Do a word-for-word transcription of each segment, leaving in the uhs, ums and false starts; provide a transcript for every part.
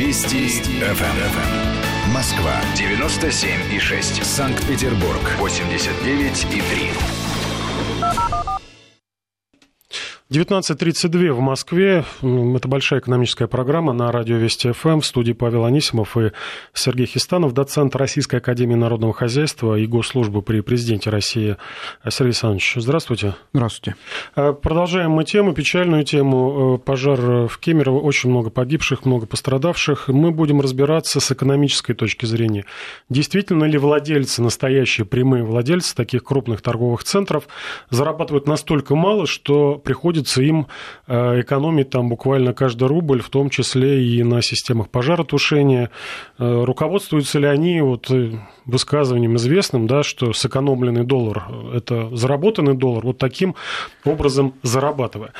Вести эф эм. Москва девяносто семь и шесть. Санкт-Петербург восемьдесят девять и три. девятнадцать тридцать два в Москве. Это большая экономическая программа на радио Вести эф эм. В студии Павел Анисимов и Сергей Хистанов, доцент Российской академии народного хозяйства и госслужбы при президенте России. Сергей Александрович, здравствуйте. Здравствуйте. Продолжаем мы тему, печальную тему. Пожар в Кемерово, очень много погибших, много пострадавших. Мы будем разбираться с экономической точки зрения. Действительно ли владельцы, настоящие прямые владельцы таких крупных торговых центров зарабатывают настолько мало, что приходится им экономить там буквально каждый рубль, в том числе и на системах пожаротушения? Руководствуются ли они вот высказыванием известным, да, что сэкономленный доллар – это заработанный доллар, вот таким образом зарабатывая?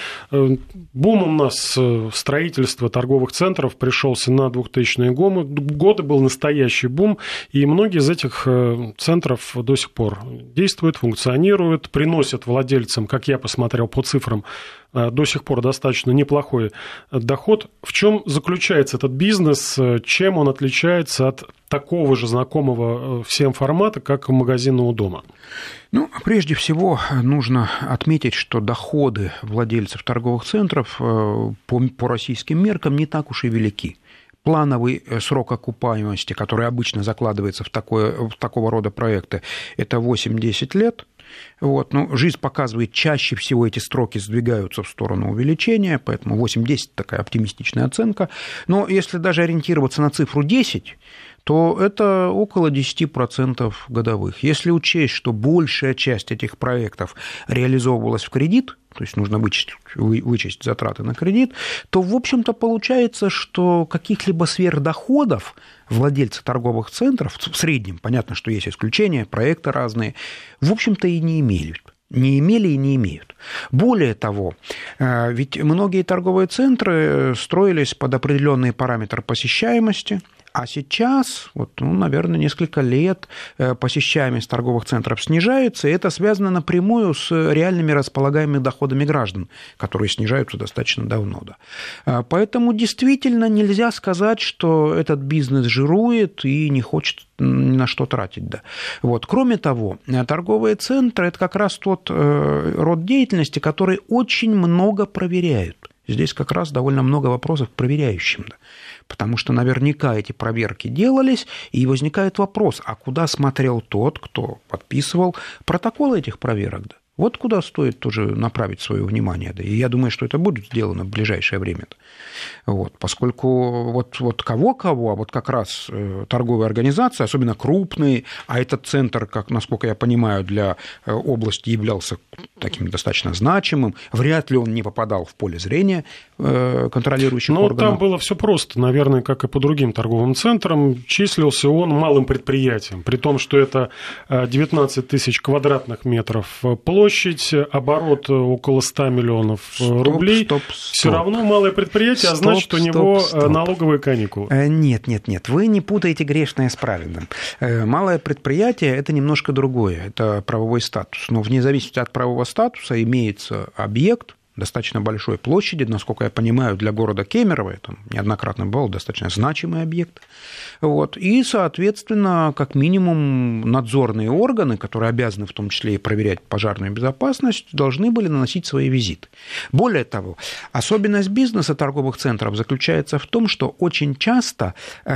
Бум у нас строительства торговых центров пришелся на двухтысячные годы, был настоящий бум, и многие из этих центров до сих пор действуют, функционируют, приносят владельцам, как я посмотрел по цифрам, до сих пор достаточно неплохой доход. В чем заключается этот бизнес? Чем он отличается от такого же знакомого всем формата, как магазин у дома? Ну, прежде всего, нужно отметить, что доходы владельцев торговых центров по, по российским меркам не так уж и велики. Плановый срок окупаемости, который обычно закладывается в, такое, в такого рода проекты, это восемь-десять лет. Вот. Но жизнь показывает, чаще всего эти сроки сдвигаются в сторону увеличения, поэтому восемь-десять такая оптимистичная оценка. Но если даже ориентироваться на цифру десять, то это около десять процентов годовых. Если учесть, что большая часть этих проектов реализовывалась в кредит, то есть нужно вычесть, вычесть затраты на кредит, то, в общем-то, получается, что каких-либо сверхдоходов владельцы торговых центров, в среднем, понятно, что есть исключения, проекты разные, в общем-то, и не имели. Не имели и не имеют. Более того, ведь многие торговые центры строились под определенные параметры посещаемости, а сейчас, вот, ну, наверное, несколько лет посещаемость торговых центров снижается, и это связано напрямую с реальными располагаемыми доходами граждан, которые снижаются достаточно давно. Да. Поэтому действительно нельзя сказать, что этот бизнес жирует и не хочет ни на что тратить. Да. Вот. Кроме того, торговые центры – это как раз тот род деятельности, который очень много проверяют. Здесь как раз довольно много вопросов к проверяющим. Да. Потому что наверняка эти проверки делались, и возникает вопрос, а куда смотрел тот, кто подписывал протоколы этих проверок? Да? Вот куда стоит тоже направить свое внимание. Да? И я думаю, что это будет сделано в ближайшее время. Вот. Поскольку вот, вот кого-кого, а вот как раз торговые организации, особенно крупные, а этот центр, как, насколько я понимаю, для области являлся таким достаточно значимым, вряд ли он не попадал в поле зрения контролирующих Но органов. Там было все просто, наверное, как и по другим торговым центрам. Числился он малым предприятием, при том, что это девятнадцать тысяч квадратных метров площадь, оборот около ста миллионов стоп, рублей. Стоп, стоп. Все равно малое предприятие, а стоп, значит, у него стоп, стоп. налоговые каникулы. Нет, нет, нет, вы не путаете грешное с праведным. Малое предприятие – это немножко другое, это правовой статус. Но вне зависимости от правового статуса имеется объект достаточно большой площади, насколько я понимаю, для города Кемерово, это неоднократно был достаточно значимый объект. Вот. И, соответственно, как минимум надзорные органы, которые обязаны в том числе и проверять пожарную безопасность, должны были наносить свои визиты. Более того, особенность бизнеса торговых центров заключается в том, что очень часто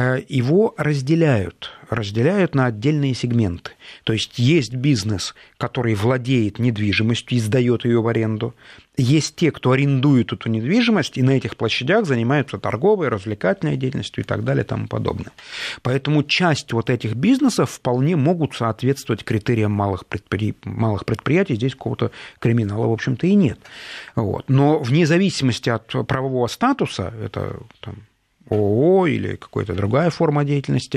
его разделяют, разделяют на отдельные сегменты. То есть есть бизнес, который владеет недвижимостью и сдает ее в аренду. Есть те, кто арендует эту недвижимость и на этих площадях занимаются торговой, развлекательной деятельностью и так далее и тому подобное. Поэтому часть вот этих бизнесов вполне могут соответствовать критериям малых, предпри... малых предприятий. Здесь какого-то криминала, в общем-то, и нет. Вот. Но вне зависимости от правового статуса, это там, ООО или какая-то другая форма деятельности,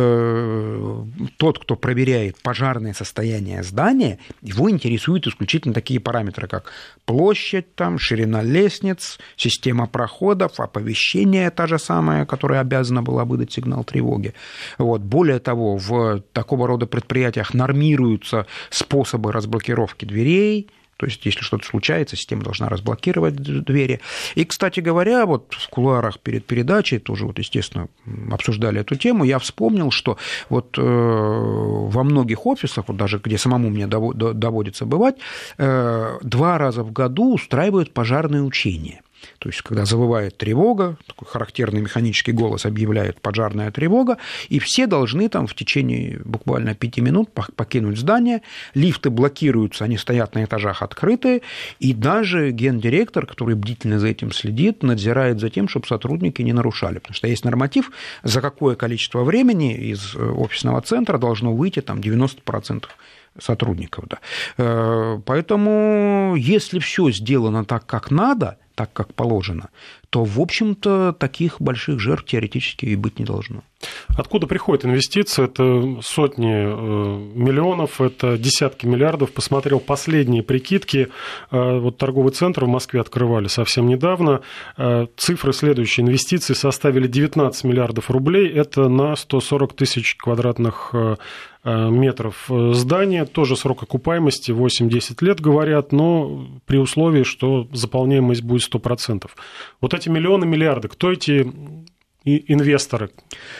тот, кто проверяет пожарное состояние здания, его интересуют исключительно такие параметры, как площадь, там, ширина лестниц, система проходов, оповещение та же самая, которая обязана была выдать сигнал тревоги. Вот. Более того, в такого рода предприятиях нормируются способы разблокировки дверей, То есть, если что-то случается, система должна разблокировать двери. И, кстати говоря, вот в кулуарах перед передачей тоже, вот, естественно, обсуждали эту тему, я вспомнил, что вот э, во многих офисах, вот даже где самому мне доводится бывать, э, два раза в году устраивают пожарные учения. То есть, когда завывает тревога, такой характерный механический голос объявляет «пожарная тревога», и все должны там в течение буквально пяти минут покинуть здание, лифты блокируются, они стоят на этажах открытые, и даже гендиректор, который бдительно за этим следит, надзирает за тем, чтобы сотрудники не нарушали, потому что есть норматив, за какое количество времени из офисного центра должно выйти там девяносто процентов сотрудников. Да. Поэтому, если все сделано так, как надо, так, как положено, то, в общем-то, таких больших жертв теоретически и быть не должно. Откуда приходят инвестиции? Это сотни миллионов, это десятки миллиардов. Посмотрел последние прикидки. Вот торговый центр в Москве открывали совсем недавно. Цифры следующие. Инвестиции составили девятнадцать миллиардов рублей. Это на сто сорок тысяч квадратных метров здания. Тоже срок окупаемости восемь-десять лет, говорят, но при условии, что заполняемость будет сто процентов. Вот эти миллионы, миллиарды, кто эти инвесторы?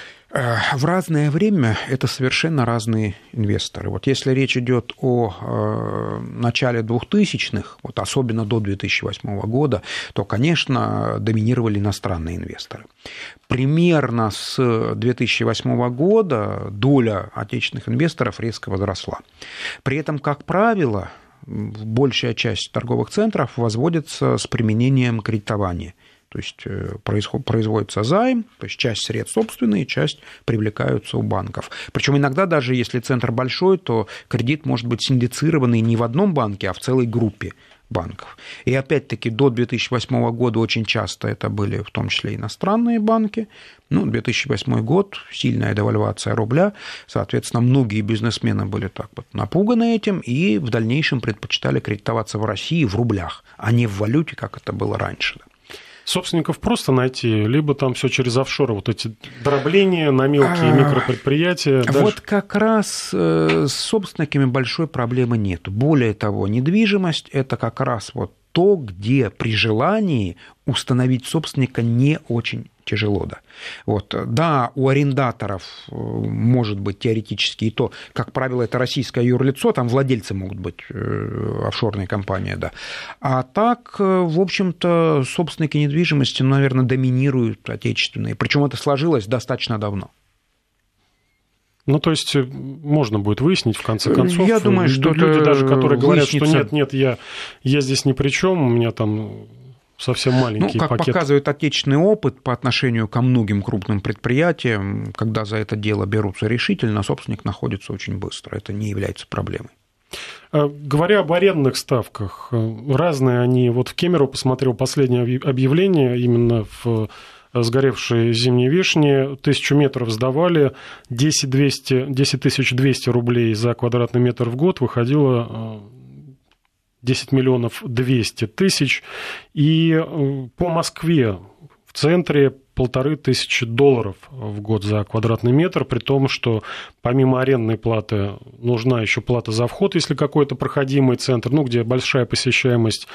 В разное время это совершенно разные инвесторы. Вот если речь идет о э, начале двухтысячных, вот особенно до две тысячи восьмого года, то, конечно, доминировали иностранные инвесторы. Примерно с две тысячи восьмого года доля отечественных инвесторов резко возросла. При этом, как правило, большая часть торговых центров возводится с применением кредитования. То есть производится займ, то есть часть средств собственные, часть привлекаются у банков. Причем иногда даже если центр большой, то кредит может быть синдицированный не в одном банке, а в целой группе банков. И опять-таки до две тысячи восьмого года очень часто это были в том числе иностранные банки. Ну, две тысячи восьмой год, сильная девальвация рубля, соответственно, многие бизнесмены были так вот напуганы этим и в дальнейшем предпочитали кредитоваться в России в рублях, а не в валюте, как это было раньше. Собственников просто найти, либо там все через офшоры, вот эти дробления на мелкие микропредприятия. Вот дальше. Как раз с собственниками большой проблемы нет. Более того, недвижимость – это как раз вот то, где при желании установить собственника не очень тяжело. Да. Вот, да, у арендаторов может быть теоретически и то, как правило, это российское юрлицо, там владельцы могут быть офшорные компании, да. А так, в общем-то, собственники недвижимости, наверное, доминируют отечественные. Причем это сложилось достаточно давно. Ну, то есть, можно будет выяснить, в конце концов. Я думаю, что люди, даже которые говорят, выяснится... что нет, нет, я, я здесь ни при чем, у меня там совсем маленький ну, как пакет. Показывает отечественный опыт по отношению ко многим крупным предприятиям, когда за это дело берутся решительно, собственник находится очень быстро. Это не является проблемой. Говоря об арендных ставках, разные они. Вот в Кемерово посмотрел последнее объявление именно в сгоревшей зимней вишне. Тысячу метров сдавали, десять тысяч двести рублей за квадратный метр в год выходило десять миллионов двести тысяч. И по Москве в центре полторы тысячи долларов в год за квадратный метр, при том, что помимо арендной платы нужна еще плата за вход, если какой-то проходимый центр, ну, где большая посещаемость,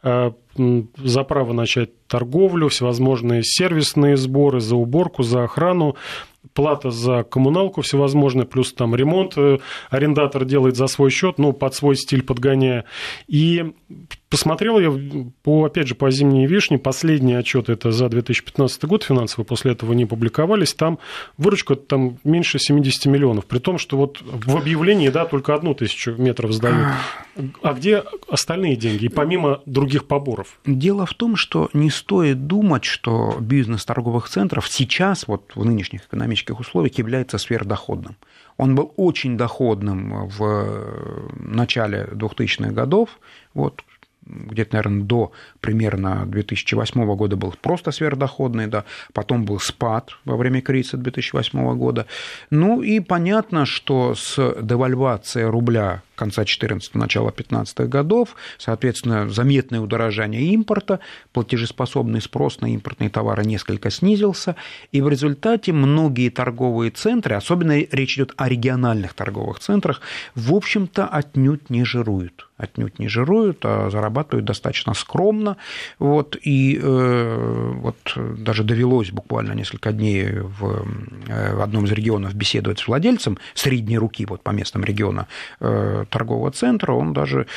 за право начать торговлю, всевозможные сервисные сборы, за уборку, за охрану, плата за коммуналку всевозможная, плюс там ремонт арендатор делает за свой счет, ну, под свой стиль подгоняя. И посмотрел я, по, опять же, по зимней вишне, последний отчет это за две тысячи пятнадцатый год финансовый, после этого не публиковались, там выручка там меньше семьдесят миллионов, при том, что вот в объявлении, да, только одну тысячу метров сдают. А где остальные деньги, и помимо других поборов? Дело в том, что не стоит думать, что бизнес торговых центров сейчас, вот в нынешних экономических условиях, является сверхдоходным. Он был очень доходным в начале двухтысячных годов, вот, где-то, наверное, до примерно две тысячи восьмого года был просто сверхдоходный, да, потом был спад во время кризиса две тысячи восьмого года. Ну и понятно, что с девальвацией рубля конца четырнадцатого, начала пятнадцатых годов, соответственно, заметное удорожание импорта, платежеспособный спрос на импортные товары несколько снизился, и в результате многие торговые центры, особенно речь идет о региональных торговых центрах, в общем-то, отнюдь не жируют. Отнюдь не жируют, а зарабатывают достаточно скромно. Вот, и э, вот даже довелось буквально несколько дней в, в одном из регионов беседовать с владельцем средней руки вот, по местам региона э, торгового центра. Он даже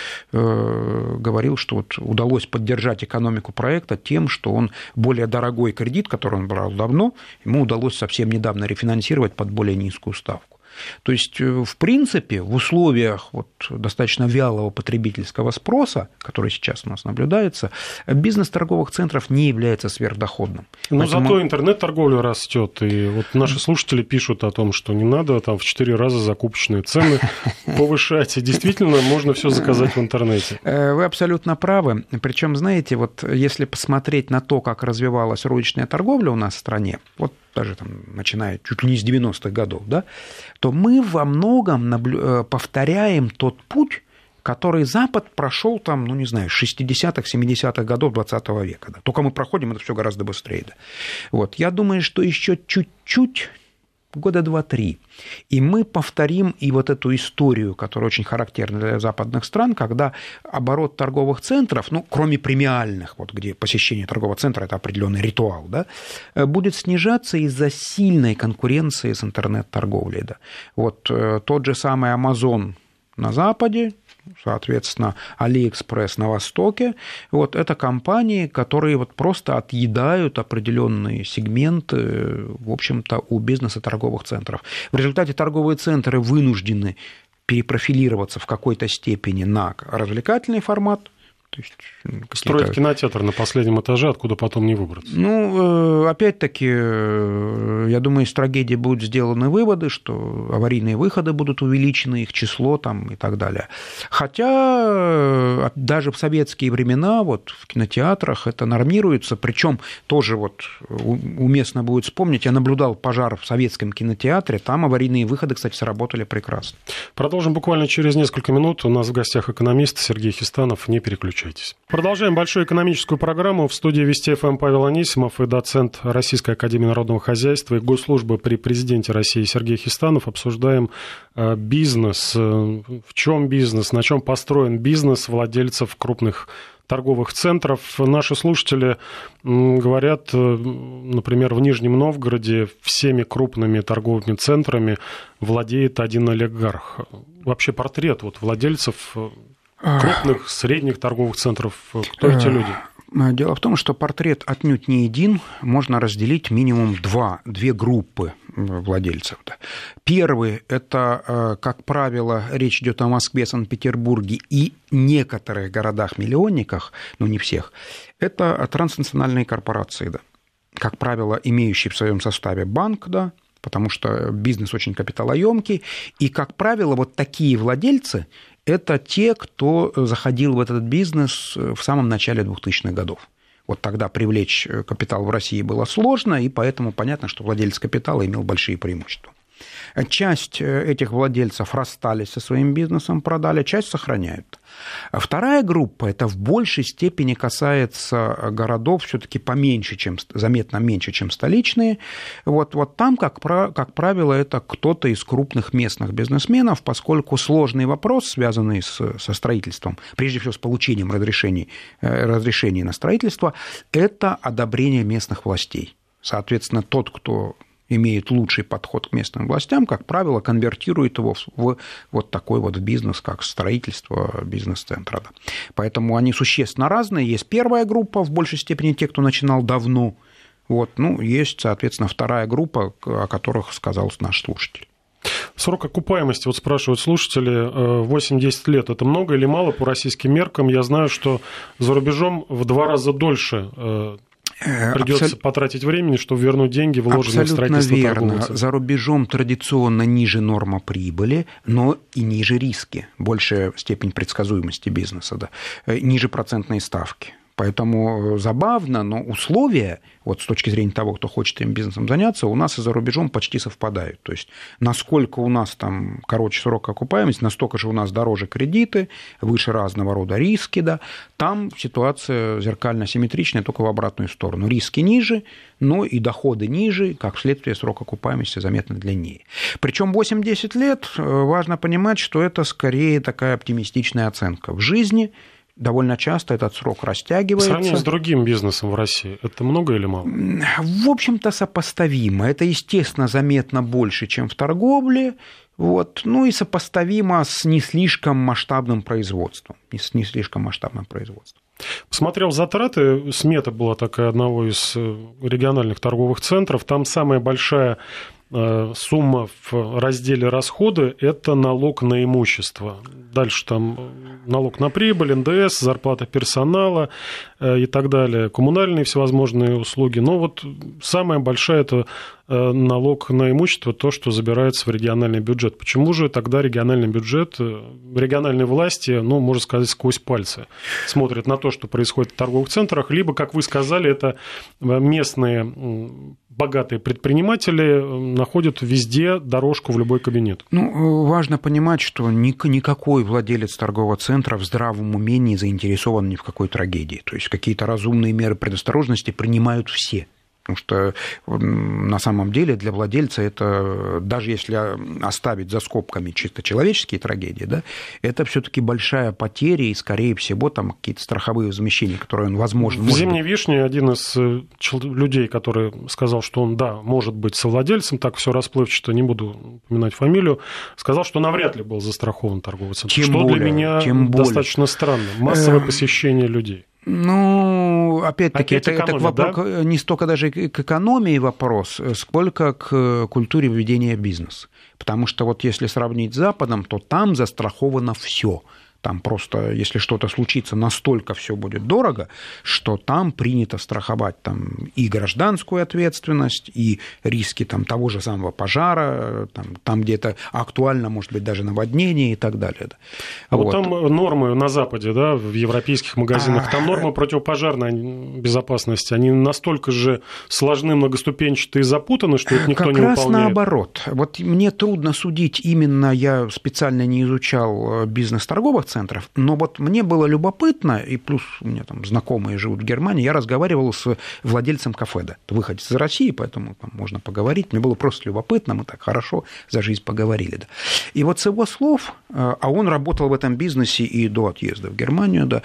э, говорил, что вот удалось поддержать экономику проекта тем, что он более дорогой кредит, который он брал давно, ему удалось совсем недавно рефинансировать под более низкую ставку. То есть, в принципе, в условиях вот достаточно вялого потребительского спроса, который сейчас у нас наблюдается, бизнес торговых центров не является сверхдоходным. Но Поэтому... зато интернет-торговля растет, и вот наши слушатели пишут о том, что не надо там в четыре раза закупочные цены повышать, и действительно можно все заказать в интернете. Вы абсолютно правы. Причем, знаете, вот если посмотреть на то, как развивалась розничная торговля у нас в стране, вот даже там, начиная чуть ли не с девяностых годов, да, то мы во многом наблю... повторяем тот путь, который Запад прошел там, ну, не знаю, с шестидесятых, семидесятых годов двадцатого века. Да. Только мы проходим это все гораздо быстрее. Да. Вот. Я думаю, что еще чуть-чуть, года два-три, и мы повторим и вот эту историю, которая очень характерна для западных стран, когда оборот торговых центров, ну, кроме премиальных, вот, где посещение торгового центра – это определенный ритуал, да, будет снижаться из-за сильной конкуренции с интернет-торговлей. Да. Вот тот же самый Amazon на Западе, соответственно, AliExpress на Востоке, вот это компании, которые вот просто отъедают определенные сегменты, в общем-то, у бизнеса торговых центров. В результате торговые центры вынуждены перепрофилироваться в какой-то степени на развлекательный формат. То есть строить кинотеатр на последнем этаже, откуда потом не выбраться. Ну, опять-таки, я думаю, из трагедии будут сделаны выводы, что аварийные выходы будут увеличены, их число там и так далее. Хотя даже в советские времена вот в кинотеатрах это нормируется, причем тоже вот уместно будет вспомнить, я наблюдал пожар в советском кинотеатре, там аварийные выходы, кстати, сработали прекрасно. Продолжим буквально через несколько минут. У нас в гостях экономист Сергей Хистанов. Не переключайтесь. Продолжаем большую экономическую программу. В студии Вести ФМ Павел Анисимов и доцент Российской академии народного хозяйства и госслужбы при президенте России Сергей Хистанов. Обсуждаем бизнес. В чем бизнес, на чем построен бизнес владельцев крупных торговых центров. Наши слушатели говорят, например, в Нижнем Новгороде всеми крупными торговыми центрами владеет один олигарх. Вообще портрет вот владельцев крупных, средних торговых центров. Кто эти люди? Дело в том, что портрет отнюдь не един, можно разделить минимум два, две группы владельцев. Первый – это, как правило, речь идет о Москве, Санкт-Петербурге и некоторых городах-миллионниках, но не всех, это транснациональные корпорации, да. Как правило, имеющие в своем составе банк, да, потому что бизнес очень капиталоемкий, и, как правило, вот такие владельцы – это те, кто заходил в этот бизнес в самом начале двухтысячных годов. Вот тогда привлечь капитал в России было сложно, и поэтому понятно, что владелец капитала имел большие преимущества. Часть этих владельцев расстались со своим бизнесом, продали, часть сохраняют. Вторая группа, это в большей степени касается городов все-таки поменьше, чем, заметно меньше, чем столичные. Вот, вот там, как, как правило, это кто-то из крупных местных бизнесменов, поскольку сложный вопрос, связанный с, со строительством, прежде всего с получением разрешений, разрешений на строительство, это одобрение местных властей. Соответственно, тот, кто имеет лучший подход к местным властям, как правило, конвертирует его в вот такой вот бизнес, как строительство бизнес-центра. Поэтому они существенно разные. Есть первая группа, в большей степени те, кто начинал давно. Вот, ну, есть, соответственно, вторая группа, о которых сказал наш слушатель. Срок окупаемости, вот спрашивают слушатели, восемь-десять лет, это много или мало по российским меркам? Я знаю, что за рубежом в два раза дольше придется Абсол... потратить времени, чтобы вернуть деньги, вложенные Абсолютно в строительство торгового центра. За рубежом традиционно ниже норма прибыли, но и ниже риски, большая степень предсказуемости бизнеса, да, ниже процентные ставки. Поэтому забавно, но условия, вот с точки зрения того, кто хочет этим бизнесом заняться, у нас и за рубежом почти совпадают. То есть насколько у нас там короче срок окупаемости, настолько же у нас дороже кредиты, выше разного рода риски. Да. Там ситуация зеркально-симметричная, только в обратную сторону. Риски ниже, но и доходы ниже, как следствие срок окупаемости заметно длиннее. Причем восемь-десять лет, важно понимать, что это скорее такая оптимистичная оценка. В жизни довольно часто этот срок растягивается. По сравнению с другим бизнесом в России, это много или мало? В общем-то, сопоставимо. Это, естественно, заметно больше, чем в торговле. Вот. Ну и сопоставимо с не слишком масштабным производством. С не слишком масштабным производством. Посмотрел затраты, смета была такая одного из региональных торговых центров. Там самая большая сумма в разделе расходы – это налог на имущество. Дальше там налог на прибыль, эн дэ эс, зарплата персонала и так далее, коммунальные всевозможные услуги. Но вот самая большая – это налог на имущество, то, что забирается в региональный бюджет. Почему же тогда региональный бюджет, региональные власти, ну, можно сказать, сквозь пальцы смотрят на то, что происходит в торговых центрах, либо, как вы сказали, это местные богатые предприниматели находят везде дорожку в любой кабинет? Ну, важно понимать, что никакой владелец торгового центра в здравом уме не заинтересован ни в какой трагедии. То есть какие-то разумные меры предосторожности принимают все. Потому что на самом деле для владельца это, даже если оставить за скобками чисто человеческие трагедии, да, это все-таки большая потеря и, скорее всего, там какие-то страховые возмещения, которые он, возможно... В «Зимней вишне» один из людей, который сказал, что он, да, может быть совладельцем, так все расплывчато, не буду упоминать фамилию, сказал, что навряд ли был застрахован торговый центр. Тем что более, для меня тем достаточно более. Странно. Массовое посещение людей. Ну, опять-таки, Опять это, экономия, это вопрос, да? Не столько даже к экономии вопрос, сколько к культуре ведения бизнеса. Потому что вот если сравнить с Западом, то там застраховано все. Там просто, если что-то случится, настолько все будет дорого, что там принято страховать там, и гражданскую ответственность, и риски там, того же самого пожара, там, там где это актуально, может быть, даже наводнение и так далее. А вот, вот там нормы на Западе, да, в европейских магазинах, а... там нормы противопожарной безопасности, они настолько же сложны, многоступенчатые и запутаны, что их никто как не выполняет. Как раз наоборот. Вот мне трудно судить, именно я специально не изучал бизнес торговых центров, но вот мне было любопытно, и плюс у меня там знакомые живут в Германии, я разговаривал с владельцем кафе, выходец из России, поэтому там можно поговорить, мне было просто любопытно, мы так хорошо за жизнь поговорили. Да. И вот с его слов, а он работал в этом бизнесе и до отъезда в Германию, да,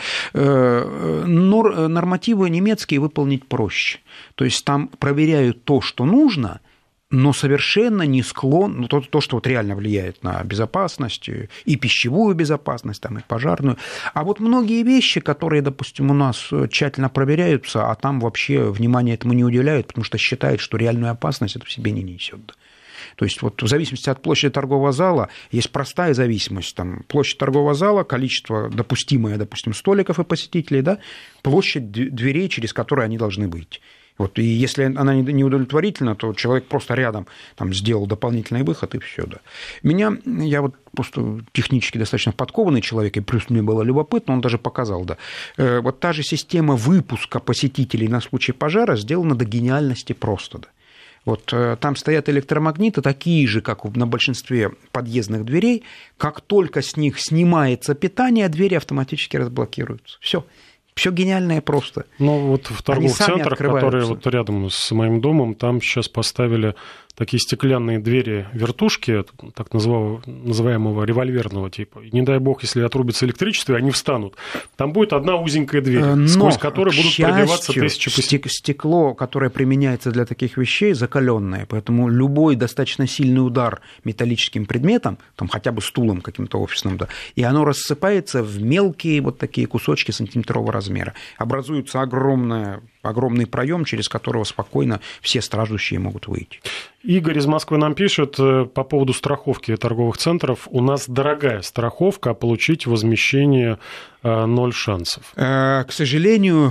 нормативы немецкие выполнить проще, то есть там проверяют то, что нужно, но совершенно не склон, ну, то, то, что вот реально влияет на безопасность, и пищевую безопасность, там, и пожарную. А вот многие вещи, которые, допустим, у нас тщательно проверяются, а там вообще внимания этому не уделяют, потому что считают, что реальную опасность это в себе не несет. То есть вот в зависимости от площади торгового зала есть простая зависимость. Там, площадь торгового зала, количество допустимое, допустим, столиков и посетителей, да, площадь дверей, через которые они должны быть. Вот, и если она неудовлетворительна, то человек просто рядом там, сделал дополнительный выход, и все. Да. Меня, я вот просто технически достаточно подкованный человек, и плюс мне было любопытно, он даже показал, да. Вот та же система выпуска посетителей на случай пожара сделана до гениальности просто, да. Вот там стоят электромагниты, такие же, как на большинстве подъездных дверей. Как только с них снимается питание, двери автоматически разблокируются. Все. Все гениальное просто. Ну, вот в торговых центрах, которые вот рядом с моим домом, там сейчас поставили такие стеклянные двери-вертушки, так называемого револьверного типа. И не дай бог, если отрубится электричество, они встанут. Там будет одна узенькая дверь, но, сквозь которую будут счастью, пробиваться тысячи посетителей. Стекло, которое применяется для таких вещей, закаленное, поэтому любой достаточно сильный удар металлическим предметом, там хотя бы стулом каким-то офисным, да, и оно рассыпается в мелкие вот такие кусочки сантиметрового размера. Образуется огромное, огромный проем, через которого спокойно все страждущие могут выйти. Игорь из Москвы нам пишет по поводу страховки торговых центров. У нас дорогая страховка, а получить возмещение ноль шансов. К сожалению,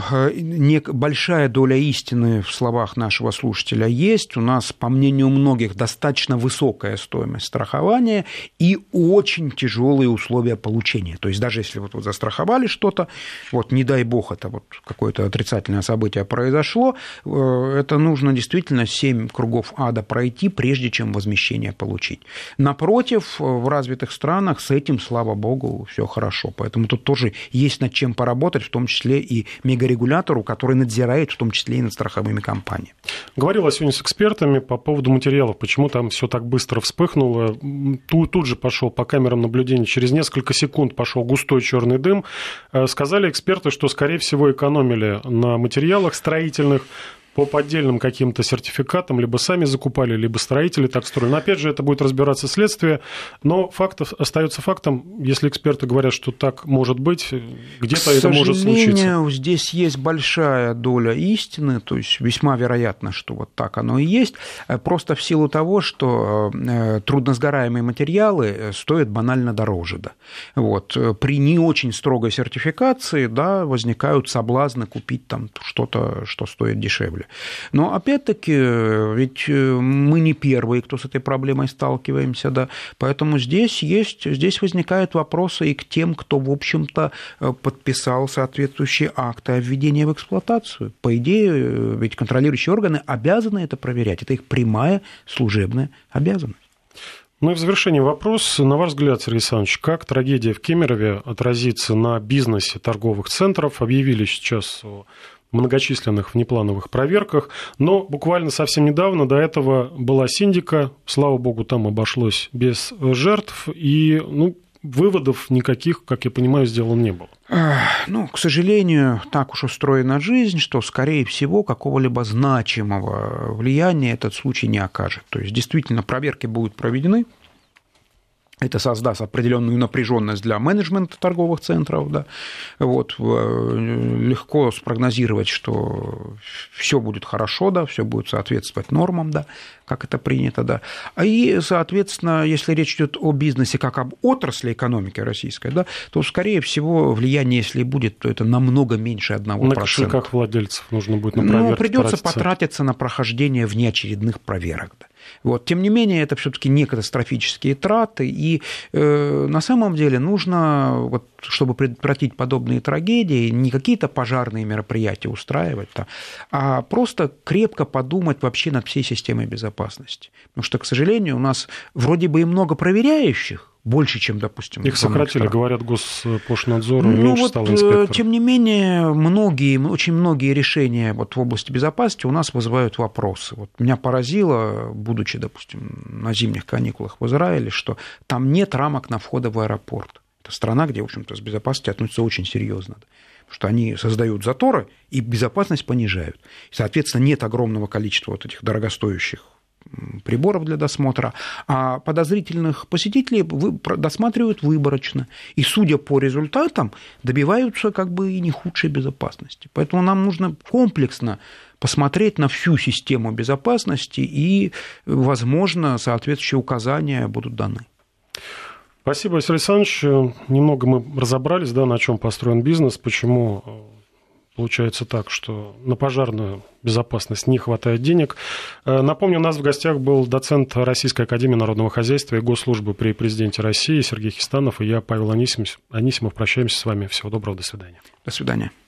большая доля истины в словах нашего слушателя есть. У нас, по мнению многих, достаточно высокая стоимость страхования и очень тяжелые условия получения. То есть даже если вот, вот застраховали что-то, вот не дай бог, это вот какое-то отрицательное событие произошло, это нужно действительно семь кругов ада пройти, прежде чем возмещение получить. Напротив, в развитых странах с этим, слава богу, все хорошо. Поэтому тут тоже есть над чем поработать, в том числе и мегарегулятору, который надзирает, в том числе и над страховыми компаниями. Говорила сегодня с экспертами по поводу материалов, почему там все так быстро вспыхнуло. Тут, тут же пошел по камерам наблюдения, через несколько секунд пошел густой черный дым. Сказали эксперты, что, скорее всего, экономили на материалах строительных, по поддельным каким-то сертификатам, либо сами закупали, либо строители так строили. Но, опять же, это будет разбираться следствие, но факт остается фактом. Если эксперты говорят, что так может быть, где-то это может случиться. К сожалению, здесь есть большая доля истины, то есть весьма вероятно, что вот так оно и есть, просто в силу того, что трудносгораемые материалы стоят банально дороже. Да. Вот. При не очень строгой сертификации, да, возникают соблазны купить там что-то, что стоит дешевле. Но, опять-таки, ведь мы не первые, кто с этой проблемой сталкиваемся, да, поэтому здесь есть, здесь возникают вопросы и к тем, кто, в общем-то, подписал соответствующие акты о введении в эксплуатацию. По идее, ведь контролирующие органы обязаны это проверять, это их прямая служебная обязанность. Ну и в завершении вопрос. На ваш взгляд, Сергей Александрович, как трагедия в Кемерове отразится на бизнесе торговых центров? Объявили сейчас о многочисленных внеплановых проверках, но буквально совсем недавно до этого была синдика, слава богу, там обошлось без жертв, и ну, выводов никаких, как я понимаю, сделано не было. Ну, к сожалению, так уж устроена жизнь, что, скорее всего, какого-либо значимого влияния этот случай не окажет. То есть, действительно, проверки будут проведены. Это создаст определенную напряженность для менеджмента торговых центров. Да. Вот. Легко спрогнозировать, что все будет хорошо, да, все будет соответствовать нормам, да, как это принято. Да. И, соответственно, если речь идет о бизнесе как об отрасли экономики российской, да, то, скорее всего, влияние, если будет, то это намного меньше одного процента. На кошельках владельцев нужно будет на проверку. Ну, придется потратиться на прохождение внеочередных проверок. Да. Вот. Тем не менее, это все-таки не катастрофические траты, и э, на самом деле нужно, вот, чтобы предотвратить подобные трагедии, не какие-то пожарные мероприятия устраивать, да, а просто крепко подумать вообще над всей системой безопасности. Потому что, к сожалению, у нас вроде бы и много проверяющих, больше, чем, допустим... Их сократили, говорят, Госпошлинадзор, ну, меньше вот, стало инспекторов. Тем не менее, многие, очень многие решения вот в области безопасности у нас вызывают вопросы. Вот меня поразило, будучи, допустим, на зимних каникулах в Израиле, что там нет рамок на входа в аэропорт. Это страна, где, в общем-то, с безопасностью относятся очень серьезно. Потому что они создают заторы и безопасность понижают. И, соответственно, нет огромного количества вот этих дорогостоящих приборов для досмотра, а подозрительных посетителей досматривают выборочно. И, судя по результатам, добиваются как бы и не худшей безопасности. Поэтому нам нужно комплексно посмотреть на всю систему безопасности, и, возможно, соответствующие указания будут даны. Спасибо, Сергей Александрович. Немного мы разобрались, да, на чем построен бизнес, почему... Получается так, что на пожарную безопасность не хватает денег. Напомню, у нас в гостях был доцент Российской академии народного хозяйства и госслужбы при президенте России Сергей Хистанов, и я, Павел Анисимов. Анисимов. Прощаемся с вами. Всего доброго, до свидания. До свидания.